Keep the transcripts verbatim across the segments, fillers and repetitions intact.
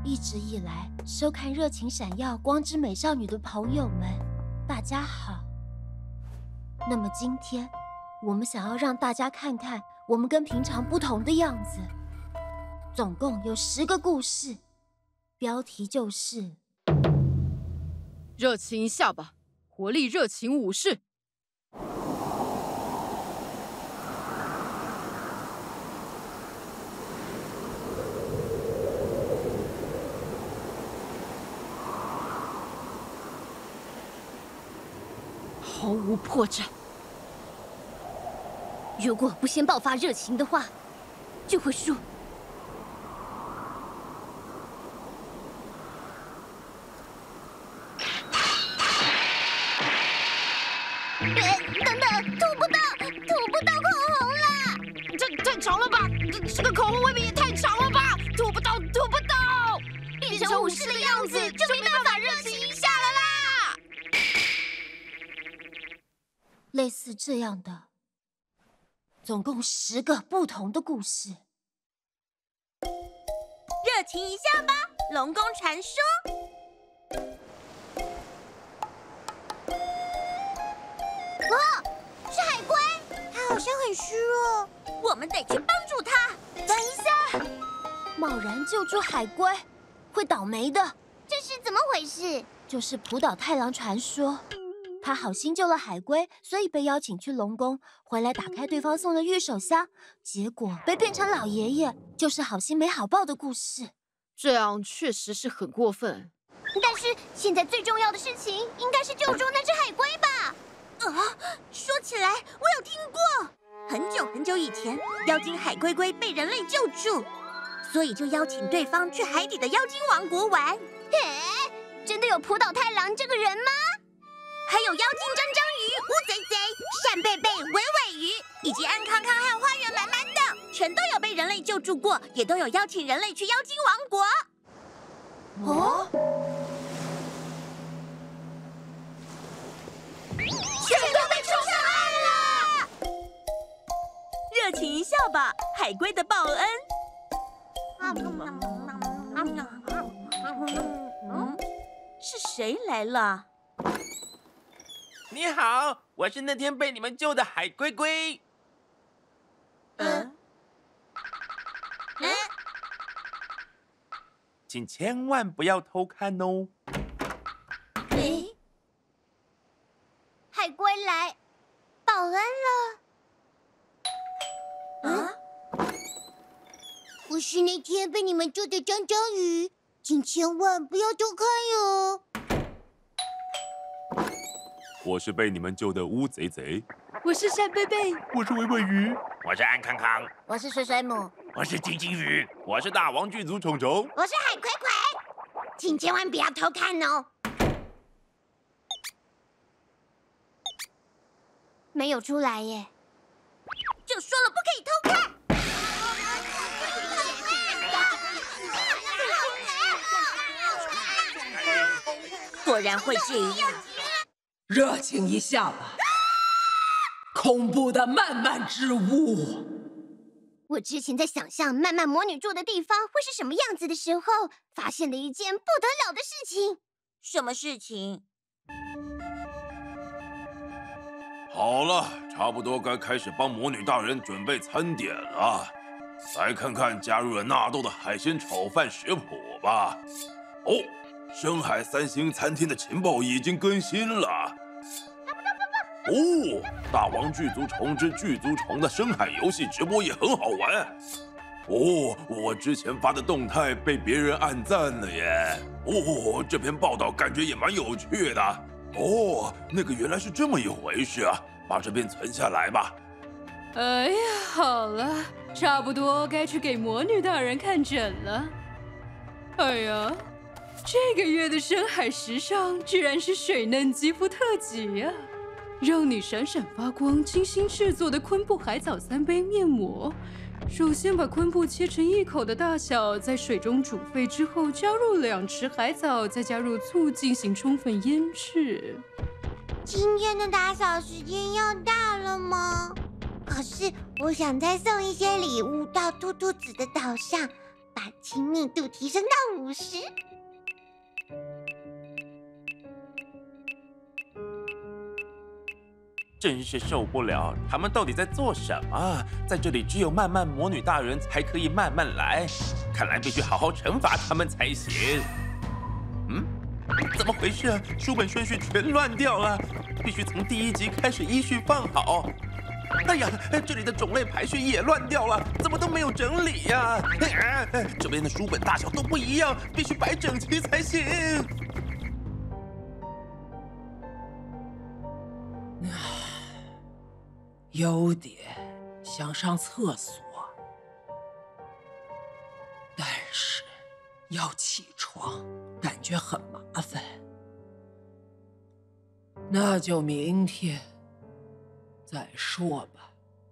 一直以来收看热情闪耀、光之美少女的朋友们，大家好。那么今天，我们想要让大家看看我们跟平常不同的样子。总共有十个故事，标题就是 “热情一下吧，活力热情武士”。毫无破绽。 如果不先爆发热情的话，就会输。 哎，等等，涂不到，涂不到口红啦！ 这太长了吧？这这个口红未必也太长了吧？涂不到，涂不到！ 变成武士的样子，就没办法热情一下了啦！ 类似这样的，总共十个不同的故事。 热情一下吧，龙宫传说。哇，是海龟，它好像很虚弱，我们得去帮助它。等一下， 贸然救助海龟，会倒霉的。 这是怎么回事？ 就是浦岛太郎传说。他好心救了海龟，所以被邀请去龙宫，回来打开对方送的御手箱，结果被变成老爷爷，就是好心没好报的故事。 这样确实是很过分。 但是现在最重要的事情应该是救助那只海龟吧？啊，说起来我有听过，很久很久以前，妖精海龟龟被人类救助，所以就邀请对方去海底的妖精王国玩。嘿，真的有浦岛太郎这个人吗？还有妖精张张鱼、乌贼贼、扇贝贝、尾尾鱼，以及安康康和花园满满等，全都有被人类救助过，也都有邀请人类去妖精王国。哦，全都被冲上岸了！ 热情一笑吧，海龟的报恩。嗯，是谁来了？ 你好，我是那天被你们救的海龟龟。 嗯， 嗯， 请千万不要偷看哦。 诶，海龟来报恩了。啊？我是那天被你们救的张张鱼，请千万不要偷看哟。 我是被你们救的乌贼贼， 我是扇贝贝， 我是尾尾鱼，我是安康康， 我是水水母， 我是金金鱼，我是大王剧组虫虫， 我是海葵葵，请千万不要偷看哦。没有出来耶，就说了不可以偷看。 果然会这样。 热情一下吧，恐怖的漫漫之物。 我之前在想象漫漫魔女住的地方会是什么样子的时候，发现了一件不得了的事情。什么事情？ 好了，差不多该开始帮魔女大人准备餐点了。来看看加入了纳豆的海鲜炒饭食谱吧。哦。深海三星餐厅的情报已经更新了。哦，大王剧组虫之剧组虫的深海游戏直播也很好玩。哦，我之前发的动态被别人按赞了耶。哦，这篇报道感觉也蛮有趣的。哦，那个原来是这么一回事啊，把这篇存下来吧。 哎呀，好了，差不多该去给魔女大人看诊了。哎呀。这个月的深海时尚居然是水嫩肌肤特辑呀、啊！让你闪闪发光、精心制作的昆布海藻三杯面膜。首先把昆布切成一口的大小，在水中煮沸之后，加入两匙海藻，再加入醋进行充分腌制。 今天的打扫时间要到了吗？可是我想再送一些礼物到兔兔子的岛上。 把亲密度提升到五十。 真是受不了！他们到底在做什么？在这里只有慢慢魔女大人才可以慢慢来，看来必须好好惩罚他们才行。嗯，怎么回事啊？书本顺序全乱掉了，必须从第一集开始依序放好。哎呀，这里的种类排序也乱掉了，怎么都没有整理呀？这边的书本大小都不一样，必须摆整齐才行。 有点想上厕所，但是要起床，感觉很麻烦。那就明天再说吧。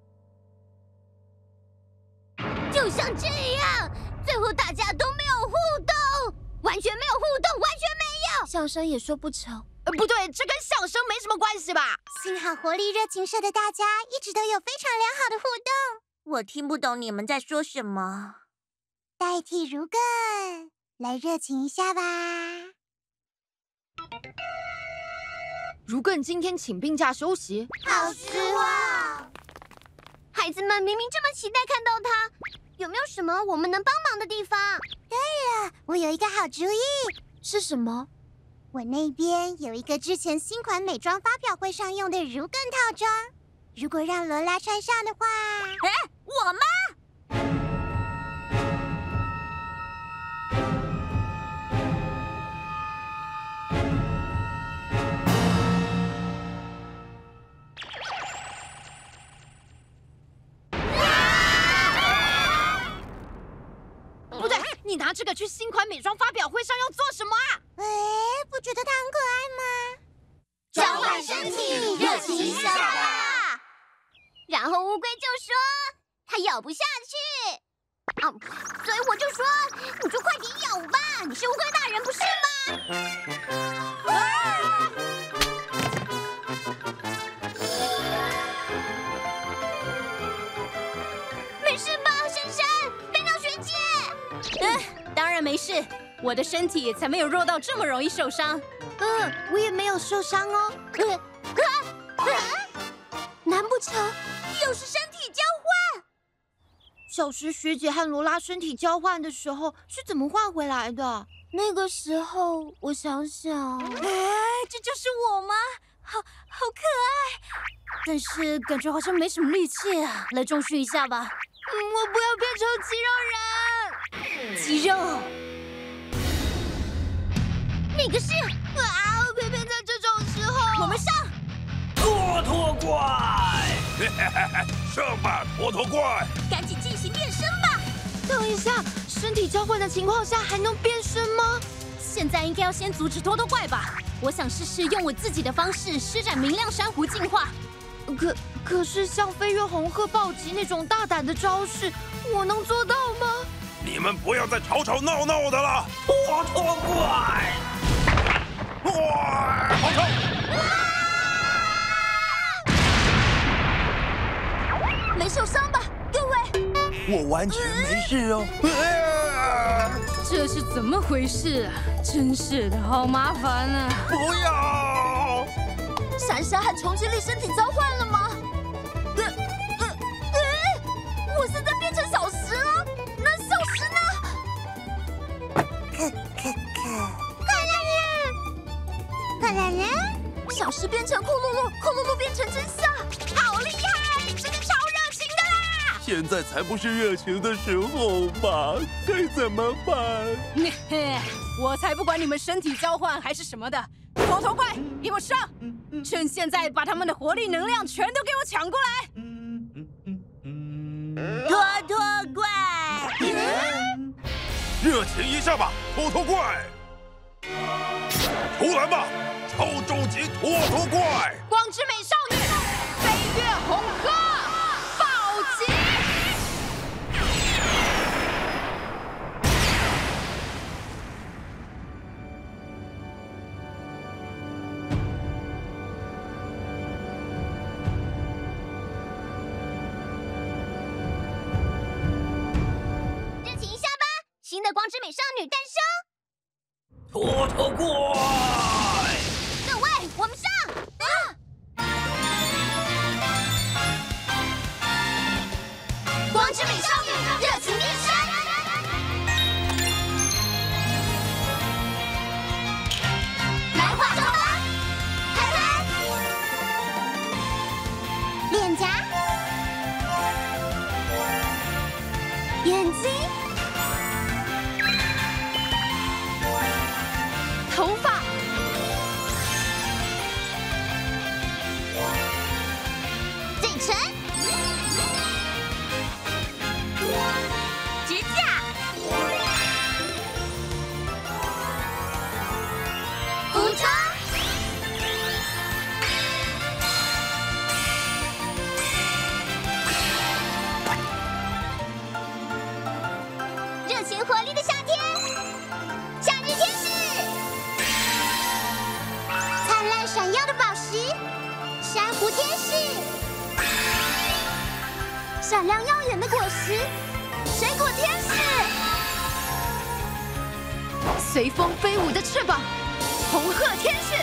就像这样，最后大家都没有互动，完全没有互动，完全没有。 笑声也说不成。 呃，不对，这跟笑声没什么关系吧？ 幸好活力热情社的大家一直都有非常良好的互动。我听不懂你们在说什么。代替如更，来热情一下吧。 如更今天请病假休息， 好失望。孩子们明明这么期待看到他，有没有什么我们能帮忙的地方？对了，我有一个好主意。 是什么？ 我那边有一个之前新款美妆发表会上用的如更套装，如果让罗拉穿上的话，哎，我吗？ 不对，你拿这个去新款美妆发表会上要做什么啊？ 哎，不觉得它很可爱吗？ 交换身体，热情一下吧。 然后乌龟就说它咬不下去，啊，所以我就说你就快点咬吧，你是乌龟大人不是吗？啊！没事吧，珊珊？飞鸟学姐？ 嗯，当然没事，我的身体才没有弱到这么容易受伤。 嗯，我也没有受伤哦。 呃啊啊！ 难不成又是身体交换？ 小时学姐和罗拉身体交换的时候是怎么换回来的？ 那个时候，我想想， 哎，这就是我吗？好好可爱，但是感觉好像没什么力气啊，来重训一下吧。 嗯，我不要变成肌肉人。 肌肉。 那个是啊！偏偏在这种时候， 我们上。 托托怪，上吧，托托怪！ 赶紧进行变身吧！ 等一下，身体交换的情况下还能变身吗？ 现在应该要先阻止多多怪吧。我想试试用我自己的方式施展明亮珊瑚进化。 可可是像飞跃红鹤暴击那种大胆的招式，我能做到吗？ 你们不要再吵吵闹闹的了！托托怪！哇，好痛！ 没受伤吧，各位？ 我完全没事哦。 这是怎么回事啊？真是的，好麻烦啊！ 不要！ 闪闪和重击力身体交换了吗？呃呃呃，我现在变成小石了，那小石呢？ 可可可，快来人！快来人！ 小石变成库露露，库露露变成真夏， 好厉害！这个超热情的啦！ 现在才不是热情的时候吧？该怎么办？ 我才不管你们身体交换还是什么的，头头怪，给我上！趁现在把他们的活力能量全都给我抢过来！ 托托怪， 热情一下吧，托托怪！出来吧，超终极托托怪！ 光之美少女，飞跃红鹤暴击！ 热情一下吧， 的光之美少女诞生。 拖拖怪， 各位，我们上！啊！光之美少女热情变身，来化妆吧，开拍，脸颊，眼睛， 头发， 嘴唇，指甲，服装，热情活力的夏天，夏日天使，灿烂闪耀的宝石，珊瑚天使，闪亮耀眼的果实，水果天使， 随风飞舞的翅膀，红鹤天使，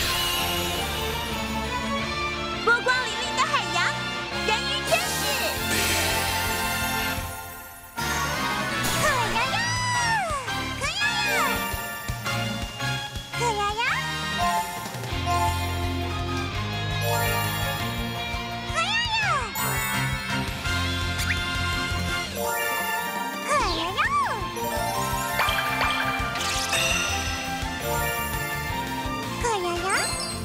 波光粼粼的海洋，人鱼天使，可呀呀，可呀呀，可呀呀，可呀呀，可呀呀，可呀呀。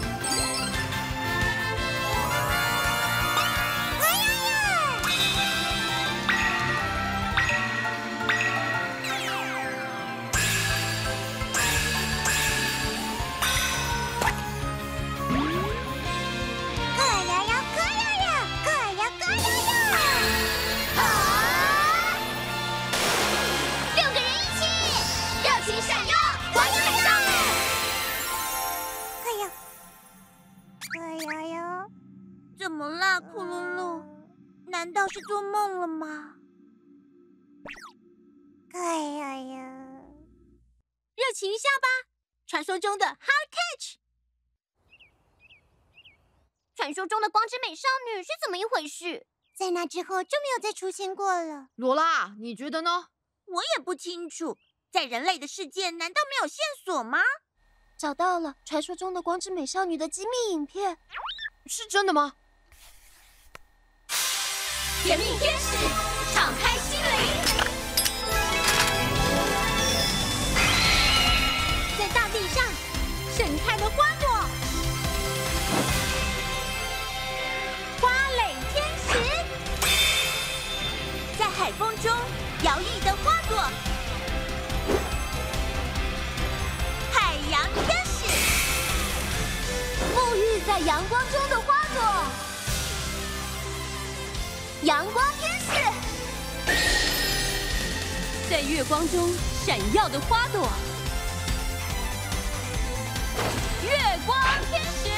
可呀呀，可呀呀，可呀可呀呀！啊！六个人一起，热情闪耀，光之美少女。可呀，可呀呀，怎么啦，库鲁鲁？难道是做梦了吗？可呀呀，热情一下吧，传说中的 Hard Catch。传说中的光之美少女是怎么一回事？在那之后就没有再出现过了。 罗拉，你觉得呢？ 我也不清楚，在人类的世界难道没有线索吗？ 找到了传说中的光之美少女的机密影片。 是真的吗？ 甜蜜天使，敞开心灵，在大地上盛开的花朵。花蕾天使，在海风中摇曳的花朵。海洋天使，沐浴在阳光中的花朵。阳光天使， 在月光中闪耀的花朵， 月光天使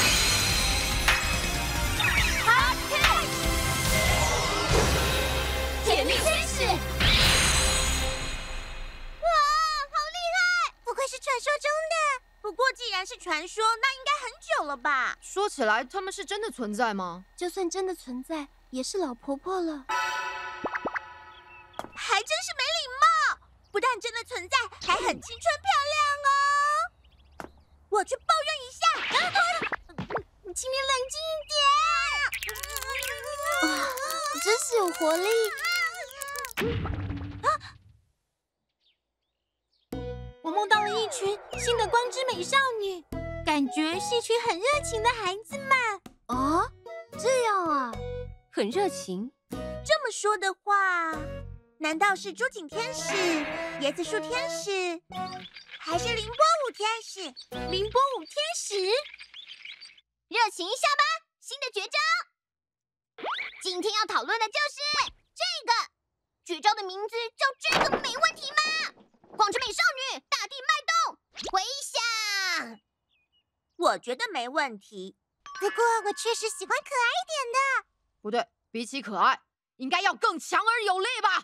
，Hard Catch， 甜蜜天使，哇，好厉害！不愧是传说中的。不过既然是传说，那应该很久了吧？ 说起来，他们是真的存在吗？ 就算真的存在，也是老婆婆了。 还真是没礼貌！不但真的存在，还很青春漂亮哦。我去抱怨一下。啊啊、请你冷静一点。 啊，真是有活力。 啊！我梦到了一群新的光之美少女，感觉是一群很热情的孩子们。 啊，这样啊， 很热情。 这么说的话，难道是朱槿天使、椰子树天使，还是凌波舞天使？凌波舞天使，热情一下吧！新的绝招，今天要讨论的就是这个绝招的名字叫这个没问题吗？光之美少女，大地脉动，回响。我觉得没问题，不过我确实喜欢可爱一点的。 不对，比起可爱，应该要更强而有力吧？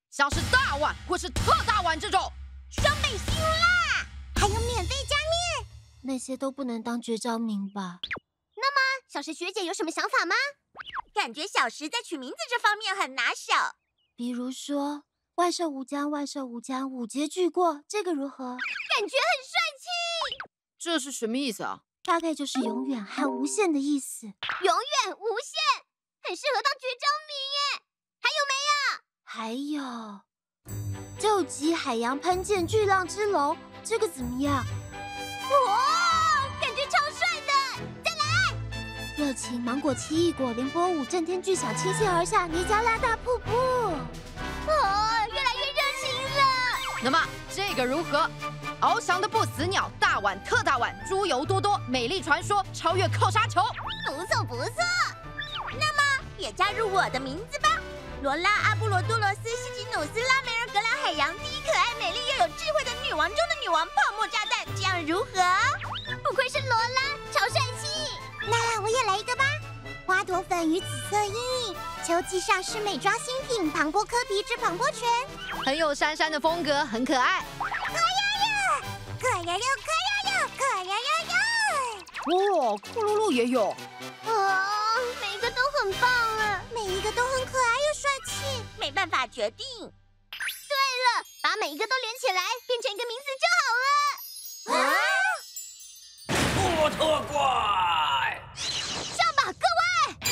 像是大碗或是特大碗这种。 双倍辛辣，还有免费加面， 那些都不能当绝招名吧？ 小石学姐有什么想法吗？感觉小石在取名字这方面很拿手。 比如说“万寿无疆，万寿无疆，五劫俱过”，这个如何？ 感觉很帅气。 这是什么意思啊？ 大概就是永远和无限的意思。 永远无限，很适合当绝招名耶。还有没有？ 还有，救急海洋喷溅巨浪之龙，这个怎么样？ 哇，感觉超帅的！ 热情芒果奇异果凌波舞震天巨响倾泻而下尼加拉大瀑布。 哦，越来越热情了。 那么这个如何？翱翔的不死鸟、大碗、特大碗、猪油多多、美丽传说、超越扣杀球。 不错不错。那么也加入我的名字吧。罗拉、阿布罗多罗斯、西吉努斯、拉梅尔、格兰海洋，第一可爱、美丽又有智慧的女王中的女王，泡沫炸弹，这样如何？不愧是罗拉，超帅气。那我也来一个吧。花朵粉与紫色阴影，秋季上市美妆新品庞波科皮之庞波泉， 很有珊珊的风格，很可爱。 可呀呀，可呀呀，可呀呀，可呀呀呀！ 哦，库露露也有。 哦，每一个都很棒啊，每一个都很可爱又帅气。没办法决定。对了，把每一个都连起来，变成一个名字就好了。啊！ 波特怪， 上吧，各位！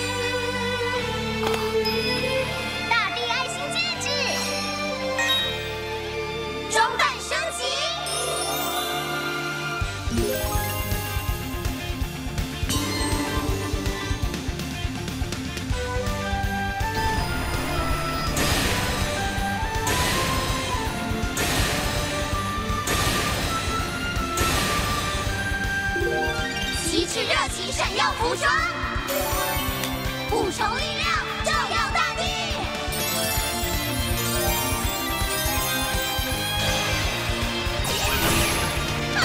大地爱心戒指，装扮升级。旗帜热情闪耀服装，补充力量照耀大地。啊！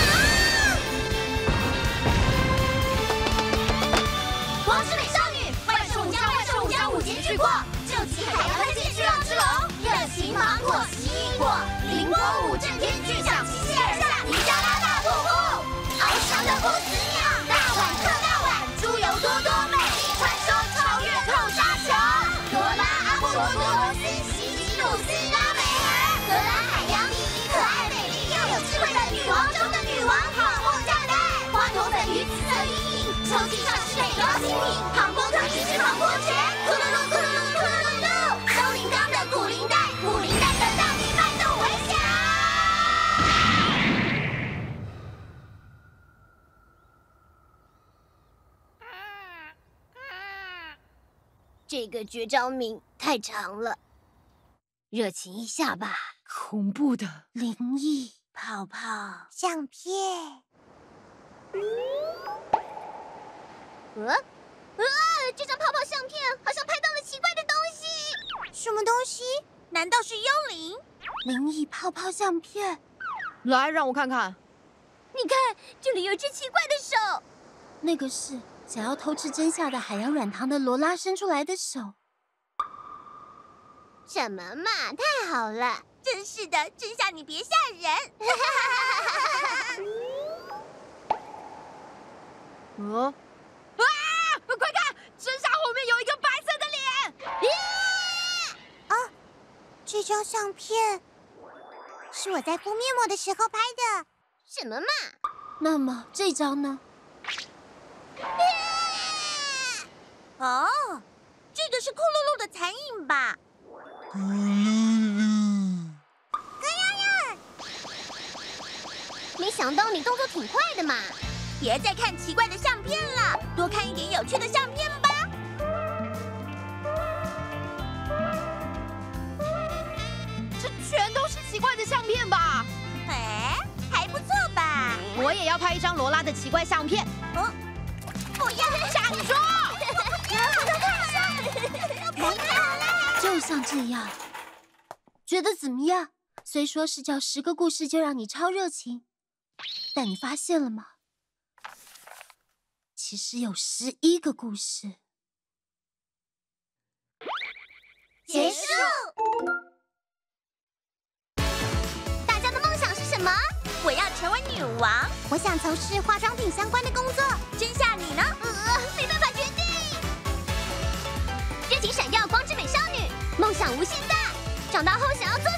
光之美少女，万寿无疆，万寿无疆，五劫俱过，救急海洋喷溅巨浪之龙，热情芒果奇异果，凌波舞震天巨响倾泻而下尼加拉大瀑布，翱翔的不死鸟。大碗特大碗，猪油多多，美丽传说，超越扣杀球。罗拉、阿波罗多罗斯、西吉努斯、拉梅尔、格兰海洋，第一可爱、美丽又有智慧的女王中的女王，泡沫炸弹，花朵粉与紫色阴影，秋季上市美妆新品，庞波特皮质庞波泉，咕噜噜咕噜噜咕噜噜噜，松林刚的古灵带，古灵带的大地脉动回响。这个绝招名太长了，热情一下吧。 恐怖的灵异泡泡相片。呃，呃，这张泡泡相片好像拍到了奇怪的东西。什么东西？难道是幽灵？ 灵异泡泡相片， 来，让我看看。 你看，这里有只奇怪的手。 那个是想要偷吃真夏的海洋软糖的罗拉伸出来的手。 什么嘛，太好了！真是的，真夏你别吓人。 嗯，啊！快看，真夏后面有一个白色的脸。 耶！啊，这张相片是我在敷面膜的时候拍的。什么嘛？ 那么这张呢？ 哦，这个是库露露的残影吧？ 咕噜噜， 哥呀呀！没想到你动作挺快的嘛！别再看奇怪的相片了，多看一点有趣的相片吧。 这全都是奇怪的相片吧？ 哎，还不错吧？ 我也要拍一张罗拉的奇怪相片。 哦，不要傻你说！ 就像这样，觉得怎么样？虽说是叫十个故事就让你超热情，但你发现了吗？其实有十一个故事。 结束。 女王。我想从事化妆品相关的工作。真夏，你呢？呃，没办法决定。热情闪耀，光之美少女，梦想无限大，长大后想要做